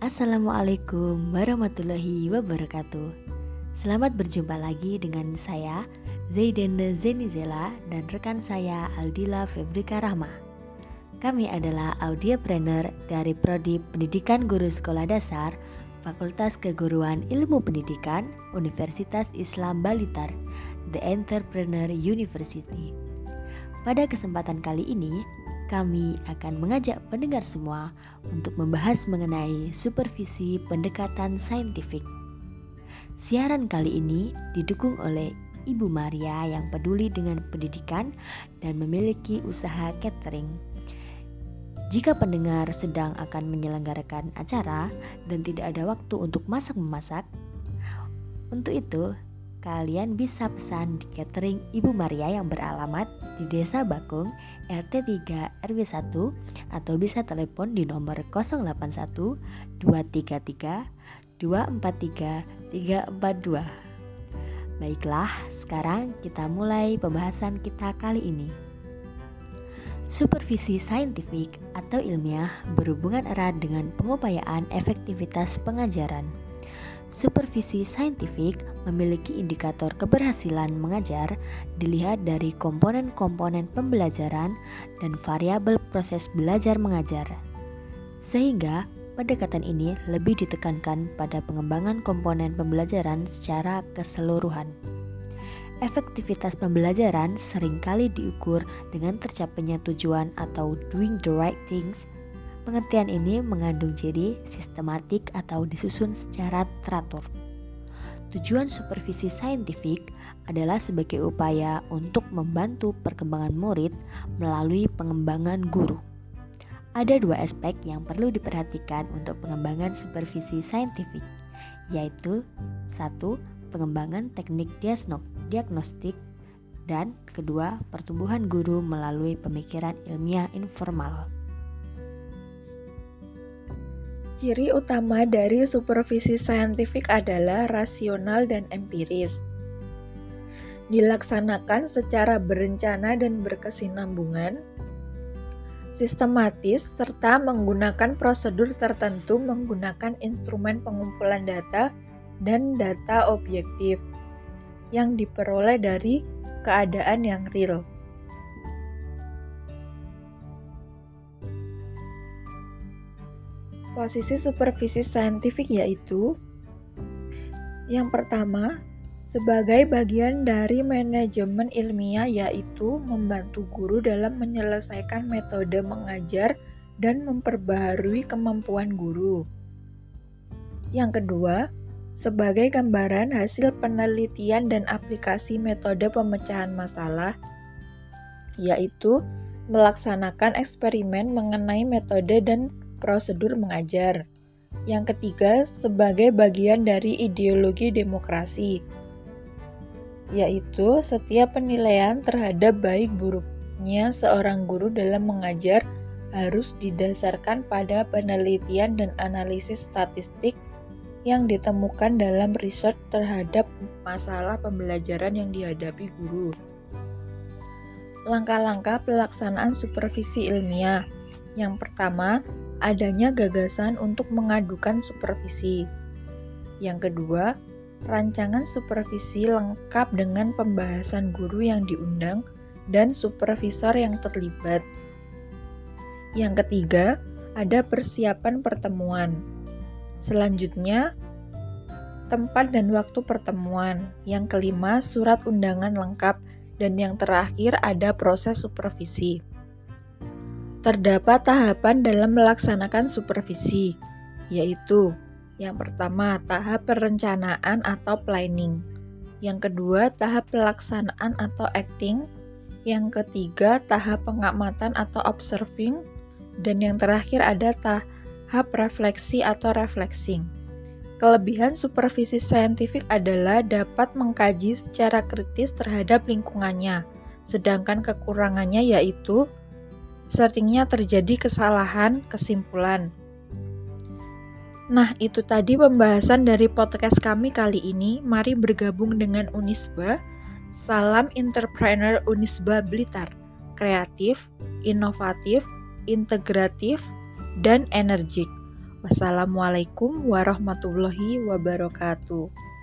Assalamualaikum warahmatullahi wabarakatuh. Selamat berjumpa lagi dengan saya Zaidene Zenizela dan rekan saya Aldila Febrika Rahma. Kami adalah audiopreneur dari Prodi Pendidikan Guru Sekolah Dasar Fakultas Keguruan Ilmu Pendidikan Universitas Islam Blitar, The Entrepreneur University. Pada kesempatan kali ini, kami akan mengajak pendengar semua untuk membahas mengenai supervisi pendekatan saintifik. Siaran kali ini didukung oleh Ibu Maria yang peduli dengan pendidikan dan memiliki usaha catering. Jika pendengar sedang akan menyelenggarakan acara dan tidak ada waktu untuk masak-memasak, untuk itu kalian bisa pesan di catering Ibu Maria yang beralamat di Desa Bakung, RT 3 RW 1 atau bisa telepon di nomor 081 233 243 342. Baiklah, sekarang kita mulai pembahasan kita kali ini. Supervisi saintifik atau ilmiah berhubungan erat dengan pengupayaan efektivitas pengajaran. Supervisi saintifik memiliki indikator keberhasilan mengajar dilihat dari komponen-komponen pembelajaran dan variabel proses belajar mengajar. Sehingga pendekatan ini lebih ditekankan pada pengembangan komponen pembelajaran secara keseluruhan. Efektivitas pembelajaran seringkali diukur dengan tercapainya tujuan atau doing the right things. Pengertian ini mengandung ciri sistematik atau disusun secara teratur. Tujuan supervisi saintifik adalah sebagai upaya untuk membantu perkembangan murid melalui pengembangan guru. Ada dua aspek yang perlu diperhatikan untuk pengembangan supervisi saintifik, yaitu 1. Pengembangan teknik diagnostik, dan kedua, pertumbuhan guru melalui pemikiran ilmiah informal. Ciri utama dari supervisi saintifik adalah rasional dan empiris. Dilaksanakan secara berencana dan berkesinambungan, sistematis, serta menggunakan prosedur tertentu menggunakan instrumen pengumpulan data dan data objektif yang diperoleh dari keadaan yang real. Posisi supervisi saintifik yaitu: yang pertama, sebagai bagian dari manajemen ilmiah, yaitu membantu guru dalam menyelesaikan metode mengajar dan memperbaharui kemampuan guru. Yang kedua, sebagai gambaran hasil penelitian dan aplikasi metode pemecahan masalah, yaitu melaksanakan eksperimen mengenai metode dan prosedur mengajar. Yang ketiga, sebagai bagian dari ideologi demokrasi, yaitu setiap penilaian terhadap baik buruknya seorang guru dalam mengajar harus didasarkan pada penelitian dan analisis statistik yang ditemukan dalam riset terhadap masalah pembelajaran yang dihadapi guru. Langkah-langkah pelaksanaan supervisi ilmiah. Yang pertama, adanya gagasan untuk mengadukan supervisi. Yang kedua, rancangan supervisi lengkap dengan pembahasan guru yang diundang dan supervisor yang terlibat. Yang ketiga, ada persiapan pertemuan. Selanjutnya, tempat dan waktu pertemuan. Yang kelima, surat undangan lengkap. Dan yang terakhir, ada proses supervisi. Terdapat tahapan dalam melaksanakan supervisi, yaitu yang pertama, tahap perencanaan atau planning. Yang kedua, tahap pelaksanaan atau acting. Yang ketiga, tahap pengamatan atau observing. Dan yang terakhir ada tahap refleksi atau reflexing. Kelebihan supervisi saintifik adalah dapat mengkaji secara kritis terhadap lingkungannya, sedangkan kekurangannya yaitu seringnya terjadi kesalahan kesimpulan. Nah, itu tadi pembahasan dari podcast kami kali ini. Mari bergabung dengan Unisba. Salam Entrepreneur Unisba Blitar. Kreatif, inovatif, integratif, dan energik. Wassalamualaikum warahmatullahi wabarakatuh.